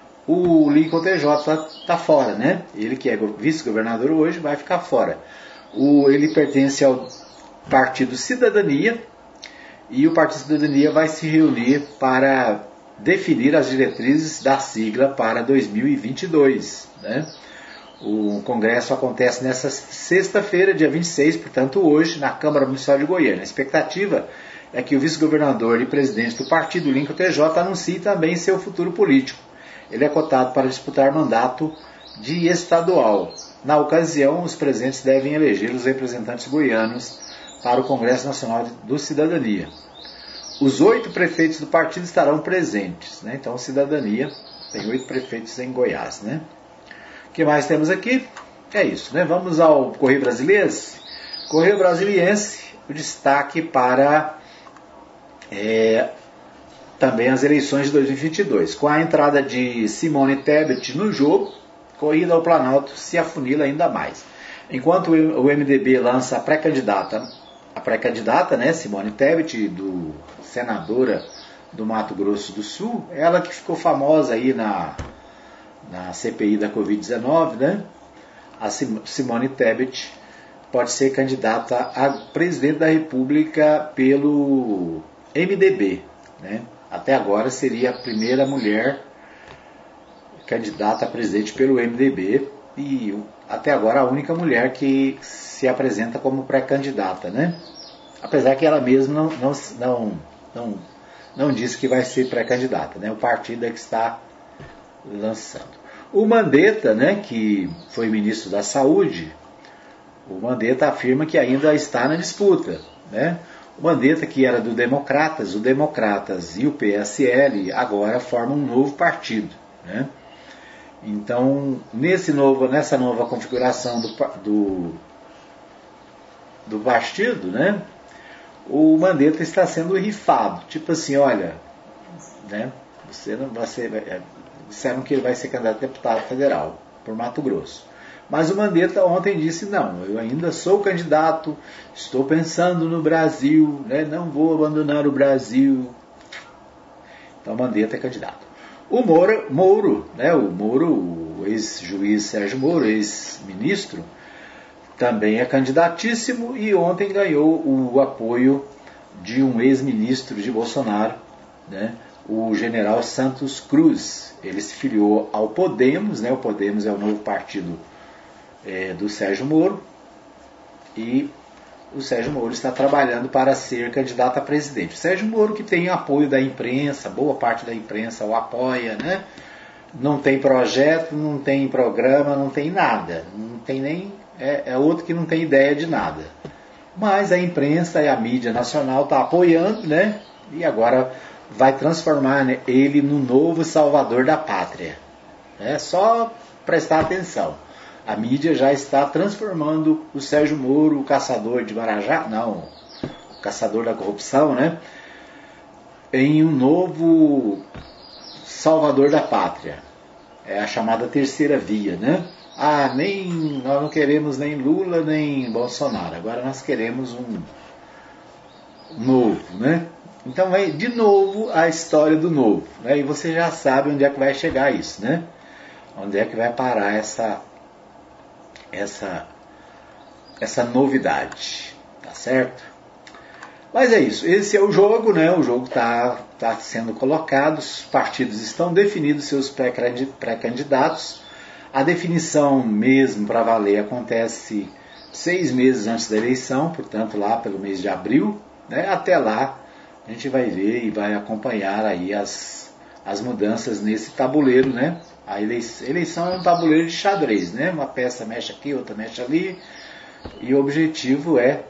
o Lincoln T J está tá fora, né? Ele que é vice-governador hoje vai ficar fora. O, ele pertence ao Partido Cidadania e o Partido Cidadania vai se reunir para definir as diretrizes da sigla para dois mil e vinte e dois, né? O congresso acontece nesta sexta-feira, dia vinte e seis, portanto hoje, na Câmara Municipal de Goiânia. A expectativa é que o vice-governador e presidente do partido, Lincoln T J, anuncie também seu futuro político. Ele é cotado para disputar mandato de estadual. Na ocasião, os presentes devem eleger os representantes goianos para o Congresso Nacional do Cidadania. Os oito prefeitos do partido estarão presentes, né? Então, Cidadania Tem oito prefeitos em Goiás, né? O que mais temos aqui? É isso, né? Vamos ao Correio Brasiliense. Correio Brasiliense, o destaque para é, também as eleições de dois mil e vinte e dois. Com a entrada de Simone Tebet no jogo, corrida ao Planalto se afunila ainda mais. Enquanto o M D B lança a pré-candidata, a pré-candidata, né, Simone Tebet, do, senadora do Mato Grosso do Sul, ela que ficou famosa aí na, na C P I da covid dezenove, né? A Simone Tebet pode ser candidata a presidente da República pelo M D B, né? Até agora seria a primeira mulher candidata a presidente pelo M D B e até agora a única mulher que se apresenta como pré-candidata, né? Apesar que ela mesma não, não, não, não, não disse que vai ser pré-candidata, né? O partido é que está lançando. O Mandetta, né, que foi ministro da Saúde, o Mandetta afirma que ainda está na disputa, né? O Mandetta, que era do Democratas, o Democratas e o P S L agora formam um novo partido, né? Então, nesse novo, nessa nova configuração do, do, do partido, né, o Mandetta está sendo rifado. Tipo assim, olha, né, você não vai ser, disseram que ele vai ser candidato a deputado federal por Mato Grosso. Mas o Mandetta ontem disse, não, eu ainda sou candidato, estou pensando no Brasil, né, não vou abandonar o Brasil. Então o Mandetta é candidato. O Moro, Moro, né, o Moro, o ex-juiz Sérgio Moro, ex-ministro, também é candidatíssimo e ontem ganhou o apoio de um ex-ministro de Bolsonaro, né, o general Santos Cruz. Ele se filiou ao Podemos, né, o Podemos é o novo partido é, do Sérgio Moro, e o Sérgio Moro está trabalhando para ser candidato a presidente. O Sérgio Moro, que tem apoio da imprensa, boa parte da imprensa o apoia, né? Não tem projeto, não tem programa, não tem nada. Não tem nem, é, é outro que não tem ideia de nada. Mas a imprensa e a mídia nacional está apoiando, né? E agora vai transformar, né, ele no novo salvador da pátria. É só prestar atenção. A mídia já está transformando o Sérgio Moro, o caçador de Marajá, não, o caçador da corrupção, né, em um novo salvador da pátria. É a chamada terceira via, né? Ah, nem, nós não queremos nem Lula nem Bolsonaro, agora nós queremos um novo, né? Então é de novo a história do novo, né? E você já sabe onde é que vai chegar isso, né? Onde é que vai parar essa essa essa novidade, tá certo? Mas é isso, esse é o jogo, né? O jogo está tá sendo colocado, os partidos estão definidos seus pré-candidatos. A definição mesmo para valer acontece seis meses antes da eleição, portanto lá pelo mês de abril, né? Até lá a gente vai ver e vai acompanhar aí as, as mudanças nesse tabuleiro, né? A eleição é um tabuleiro de xadrez, né? Uma peça mexe aqui, outra mexe ali, e o objetivo é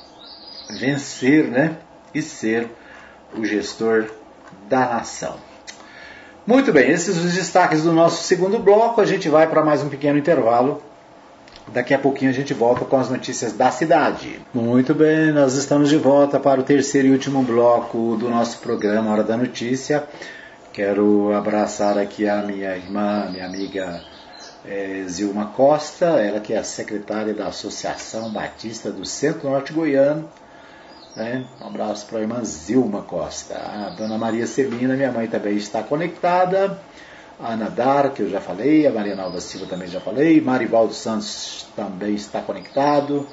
vencer, né? E ser o gestor da nação. Muito bem, esses os destaques do nosso segundo bloco. A gente vai para mais um pequeno intervalo. Daqui a pouquinho a gente volta com as notícias da cidade. Muito bem, nós estamos de volta para o terceiro e último bloco do nosso programa Hora da Notícia. Quero abraçar aqui a minha irmã, minha amiga é, Zilma Costa, ela que é a secretária da Associação Batista do Centro-Norte Goiano. Né? Um abraço para a irmã Zilma Costa. A dona Maria Celina, minha mãe, também está conectada. A Ana Dar, que eu já falei, a Maria Nalva Silva também já falei, Marivaldo Santos também está conectado.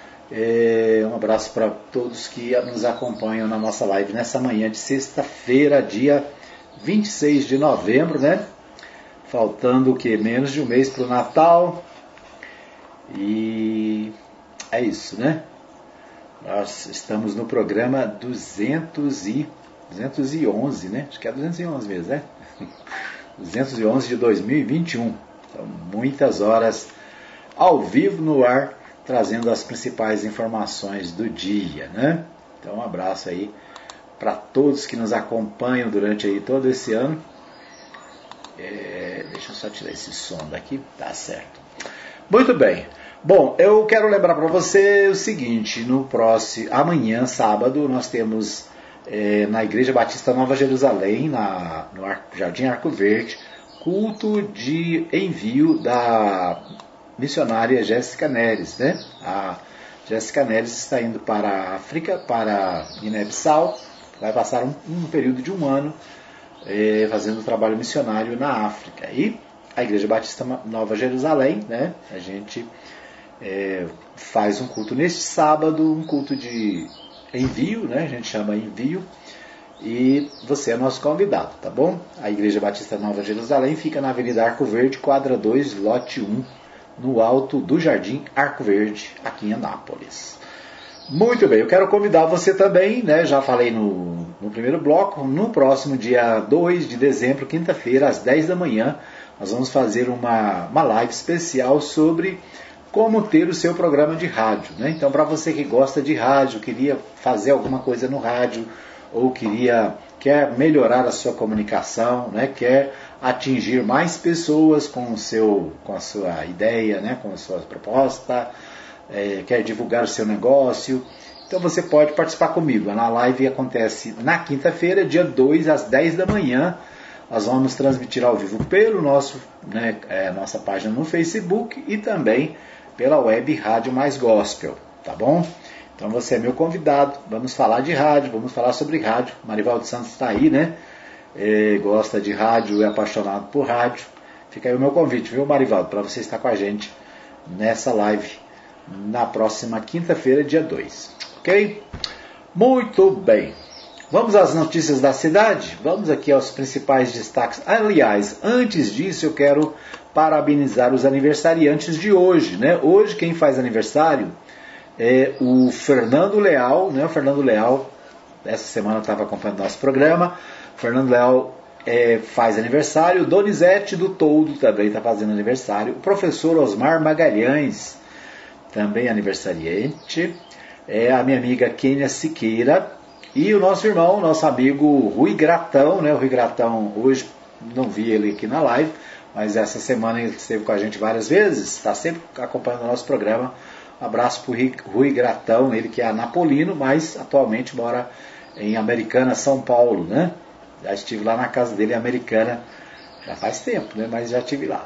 É, um abraço para todos que nos acompanham na nossa live nessa manhã de sexta-feira, dia vinte e seis de novembro, né? Faltando o que? Menos de um mês para o Natal. E é isso, né? Nós estamos no programa duzentos e onze, né? Acho que é duzentos e onze mesmo, né? duzentos e onze de dois mil e vinte e um. Então, muitas horas ao vivo no ar, trazendo as principais informações do dia, né? Então, um abraço aí para todos que nos acompanham durante aí todo esse ano. É, deixa eu só tirar esse som daqui, tá certo. Muito bem. Bom, eu quero lembrar para você o seguinte, no próximo, amanhã, sábado, nós temos é, na Igreja Batista Nova Jerusalém, na, no Ar, Jardim Arco Verde, culto de envio da missionária Jéssica Neres, né? A Jéssica Neres está indo para a África, para Guiné-Bissau, vai passar um, um período de um ano é, fazendo trabalho missionário na África. E a Igreja Batista Nova Jerusalém, né? A gente é, faz um culto neste sábado, um culto de envio, né? A gente chama envio. E você é nosso convidado, tá bom? A Igreja Batista Nova Jerusalém fica na Avenida Arco Verde, quadra dois, lote um, no alto do Jardim Arco Verde, aqui em Anápolis. Muito bem, eu quero convidar você também, né? Já falei no, no primeiro bloco, no próximo dia dois de dezembro, quinta-feira, às dez da manhã, nós vamos fazer uma, uma live especial sobre como ter o seu programa de rádio, né? Então, para você que gosta de rádio, queria fazer alguma coisa no rádio, ou queria, quer melhorar a sua comunicação, né? Quer atingir mais pessoas com, o seu, com a sua ideia, né? Com a sua proposta, é, quer divulgar o seu negócio, então você pode participar comigo. A live acontece na quinta-feira, dia dois, às dez da manhã. Nós vamos transmitir ao vivo pelo nosso, né, é, nossa página no Facebook e também pela web Rádio Mais Gospel, tá bom? Então você é meu convidado, vamos falar de rádio, vamos falar sobre rádio. Marivaldo Santos está aí, né? É, gosta de rádio, é apaixonado por rádio. Fica aí o meu convite, viu, Marivaldo, para você estar com a gente nessa live na próxima quinta-feira, dia dois. Ok? Muito bem. Vamos às notícias da cidade? Vamos aqui aos principais destaques. Aliás, antes disso eu quero parabenizar os aniversariantes de hoje, né? Hoje quem faz aniversário é o Fernando Leal, né? O Fernando Leal, essa semana eu estava acompanhando nosso programa. O Fernando Leal é, faz aniversário. Donizete do Toldo também está fazendo aniversário. O professor Osmar Magalhães, também aniversariante. É a minha amiga Kênia Siqueira. E o nosso irmão, nosso amigo Rui Gratão, né? O Rui Gratão, hoje não vi ele aqui na live, mas essa semana ele esteve com a gente várias vezes, está sempre acompanhando o nosso programa. Um abraço para o Rui Gratão, ele que é anapolino, mas atualmente mora em Americana, São Paulo, né? Já estive lá na casa dele em Americana, já faz tempo, né? Mas já estive lá.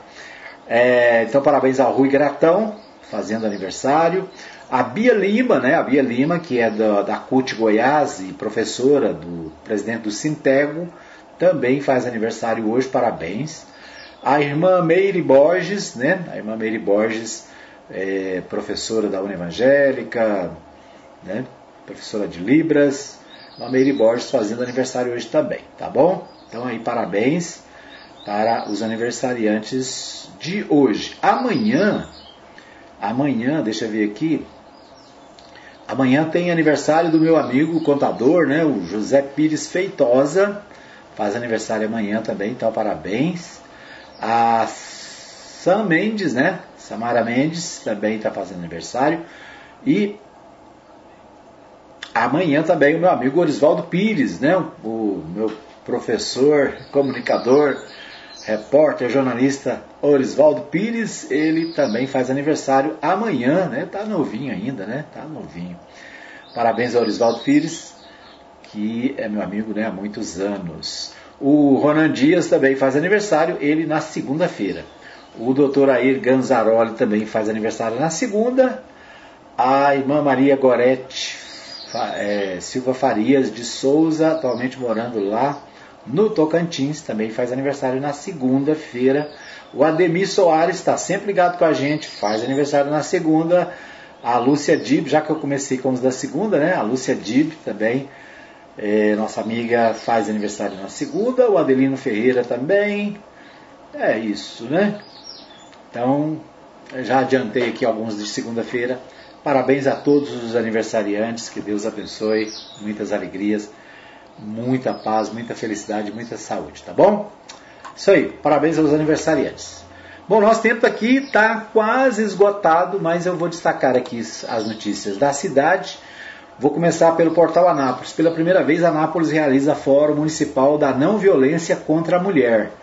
É, então parabéns ao Rui Gratão, fazendo aniversário. A Bia Lima, né? A Bia Lima, que é da, da C U T Goiás e professora do presidente do Sintego, também faz aniversário hoje, parabéns. A irmã Meire Borges, né? A irmã Meire Borges, é professora da Unevangélica, né? Professora de Libras. A Meire Borges fazendo aniversário hoje também, tá bom? Então aí parabéns para os aniversariantes de hoje. Amanhã, amanhã, deixa eu ver aqui, amanhã tem aniversário do meu amigo contador, né? O José Pires Feitosa, faz aniversário amanhã também, então parabéns. A Sam Mendes, né? Samara Mendes também está fazendo aniversário. E amanhã também o meu amigo Orisvaldo Pires, né? O meu professor, comunicador, repórter, jornalista Orisvaldo Pires, ele também faz aniversário amanhã, né? Tá novinho ainda, né? Tá novinho. Parabéns ao Orisvaldo Pires, que é meu amigo, né, há muitos anos. O Ronan Dias também faz aniversário, ele na segunda-feira. O doutor Air Ganzaroli também faz aniversário na segunda. A irmã Maria Gorete é, Silva Farias de Souza, atualmente morando lá no Tocantins, também faz aniversário na segunda-feira. O Ademir Soares está sempre ligado com a gente, faz aniversário na segunda. A Lúcia Dib, já que eu comecei com os da segunda, né? A Lúcia Dib também, é, nossa amiga, faz aniversário na segunda. O Adelino Ferreira também. É isso, né? Então, já adiantei aqui alguns de segunda-feira. Parabéns a todos os aniversariantes, que Deus abençoe, muitas alegrias, muita paz, muita felicidade, muita saúde, tá bom? Isso aí, parabéns aos aniversariantes. Bom, nosso tempo aqui está quase esgotado, mas eu vou destacar aqui as notícias da cidade. Vou começar pelo Portal Anápolis. Pela primeira vez, Anápolis realiza Fórum Municipal da Não Violência contra a Mulher.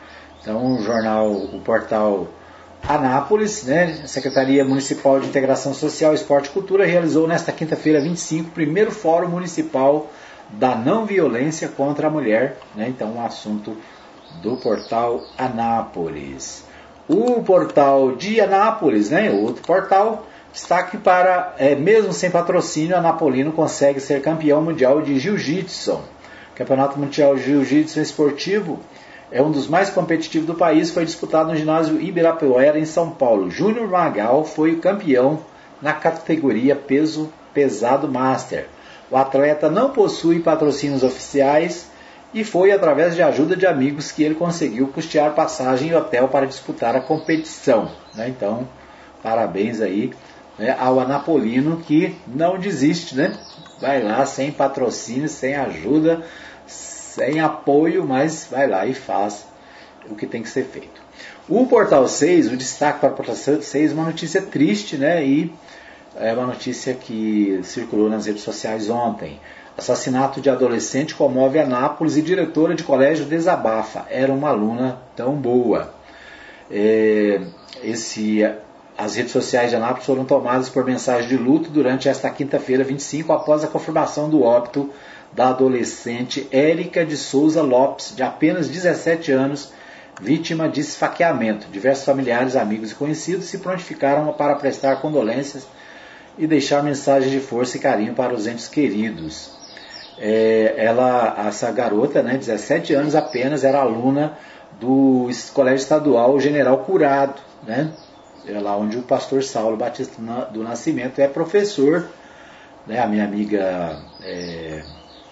Então o jornal, o portal Anápolis, né, a Secretaria Municipal de Integração Social, Esporte e Cultura, realizou nesta quinta-feira, vinte e cinco, o primeiro Fórum Municipal da Não Violência contra a Mulher, né, então um assunto do portal Anápolis. O portal de Anápolis, né, outro portal, destaque para, é, mesmo sem patrocínio, Anapolino consegue ser campeão mundial de Jiu-Jitsu. O Campeonato Mundial de Jiu-Jitsu Esportivo é um dos mais competitivos do país, foi disputado no ginásio Ibirapuera, em São Paulo. Júnior Magal foi o campeão na categoria peso pesado master. O atleta não possui patrocínios oficiais e foi através de ajuda de amigos que ele conseguiu custear passagem e hotel para disputar a competição, né? Então, parabéns aí, né, ao Anapolino, que não desiste, né? Vai lá sem patrocínio, sem ajuda, sem apoio, mas vai lá e faz o que tem que ser feito. O Portal seis, o destaque para o Portal seis, uma notícia triste, né? E é uma notícia que circulou nas redes sociais ontem. Assassinato de adolescente comove Anápolis e diretora de colégio desabafa. Era uma aluna tão boa. É, esse, as redes sociais de Anápolis foram tomadas por mensagem de luto durante esta quinta-feira, vinte e cinco, após a confirmação do óbito da adolescente Érica de Souza Lopes, de apenas dezessete anos, vítima de esfaqueamento. Diversos familiares, amigos e conhecidos se prontificaram para prestar condolências e deixar mensagens de força e carinho para os entes queridos. É, ela, essa garota, né, dezessete anos apenas, era aluna do Colégio Estadual General Curado, né, é lá onde o pastor Saulo Batista do Nascimento é professor, né, a minha amiga é,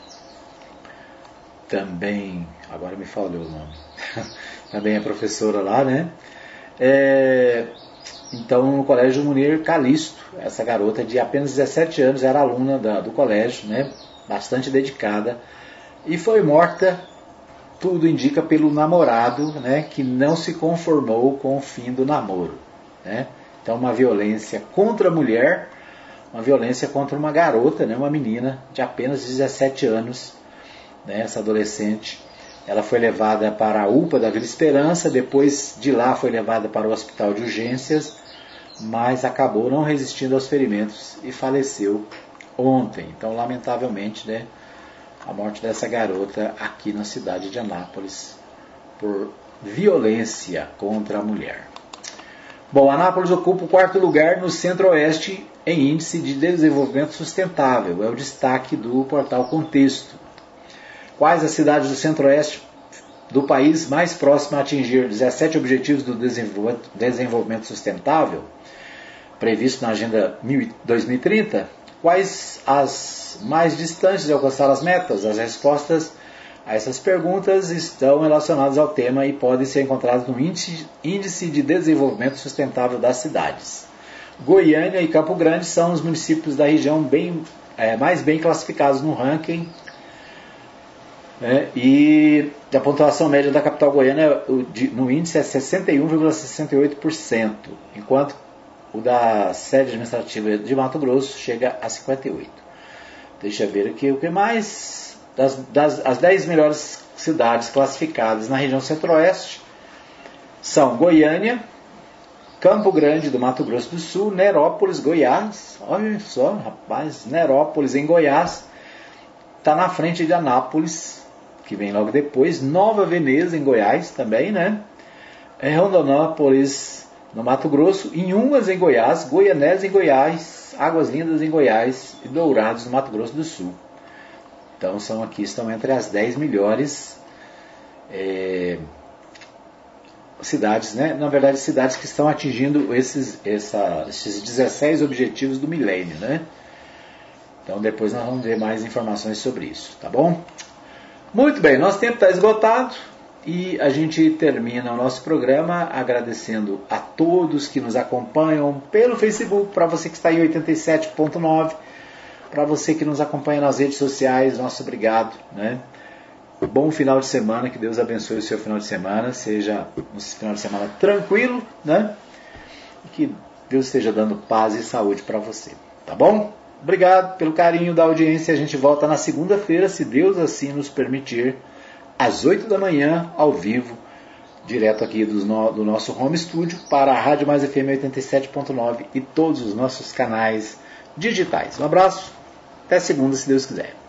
também, agora me falhou o nome, também é professora lá, né, é, então no Colégio Munir Calixto, essa garota de apenas dezessete anos era aluna da, do colégio, né, bastante dedicada, e foi morta, tudo indica, pelo namorado, né, que não se conformou com o fim do namoro, né? Então uma violência contra a mulher, uma violência contra uma garota, né, uma menina de apenas dezessete anos, né, essa adolescente. Ela foi levada para a U P A da Vila Esperança, depois de lá foi levada para o hospital de urgências, mas acabou não resistindo aos ferimentos e faleceu ontem. Então, lamentavelmente, né, a morte dessa garota aqui na cidade de Anápolis por violência contra a mulher. Bom, Anápolis ocupa o quarto lugar no Centro-Oeste em índice de desenvolvimento sustentável. É o destaque do portal Contexto. Quais as cidades do Centro-Oeste do país mais próximas a atingir dezessete objetivos do desenvolvimento sustentável, previsto na Agenda dois mil e trinta? Quais as mais distantes de alcançar as metas? As respostas a essas perguntas estão relacionadas ao tema e podem ser encontradas no Índice, Índice de Desenvolvimento Sustentável das Cidades. Goiânia e Campo Grande são os municípios da região bem, é, mais bem classificados no ranking, né, e a pontuação média da capital goiana no índice é sessenta e um vírgula sessenta e oito por cento, enquanto o da sede administrativa de Mato Grosso chega a cinquenta e oito por cento. Deixa eu ver aqui o que mais. Das, das, as dez melhores cidades classificadas na região centro-oeste são Goiânia, Campo Grande do Mato Grosso do Sul, Nerópolis, Goiás. Olha só, rapaz, Nerópolis em Goiás está na frente de Anápolis, que vem logo depois. Nova Veneza em Goiás também, né? É Rondonópolis no Mato Grosso, Inhumas em Goiás, Goianésia em Goiás, Águas Lindas em Goiás e Dourados no Mato Grosso do Sul. Então são aqui, estão entre as dez melhores é, cidades, né? Na verdade, cidades que estão atingindo esses, essa, esses dezesseis objetivos do milênio, né? Então depois nós vamos ver mais informações sobre isso, tá bom? Muito bem, nosso tempo está esgotado. E a gente termina o nosso programa agradecendo a todos que nos acompanham pelo Facebook, para você que está em oitenta e sete ponto nove, para você que nos acompanha nas redes sociais, nosso obrigado, né? Bom final de semana, que Deus abençoe o seu final de semana, seja um final de semana tranquilo, né? E que Deus esteja dando paz e saúde para você, tá bom? Obrigado pelo carinho da audiência, a gente volta na segunda-feira, se Deus assim nos permitir, às oito da manhã, ao vivo, direto aqui do, no, do nosso home studio para a Rádio Mais F M oitenta e sete ponto nove e todos os nossos canais digitais. Um abraço, até segunda, se Deus quiser.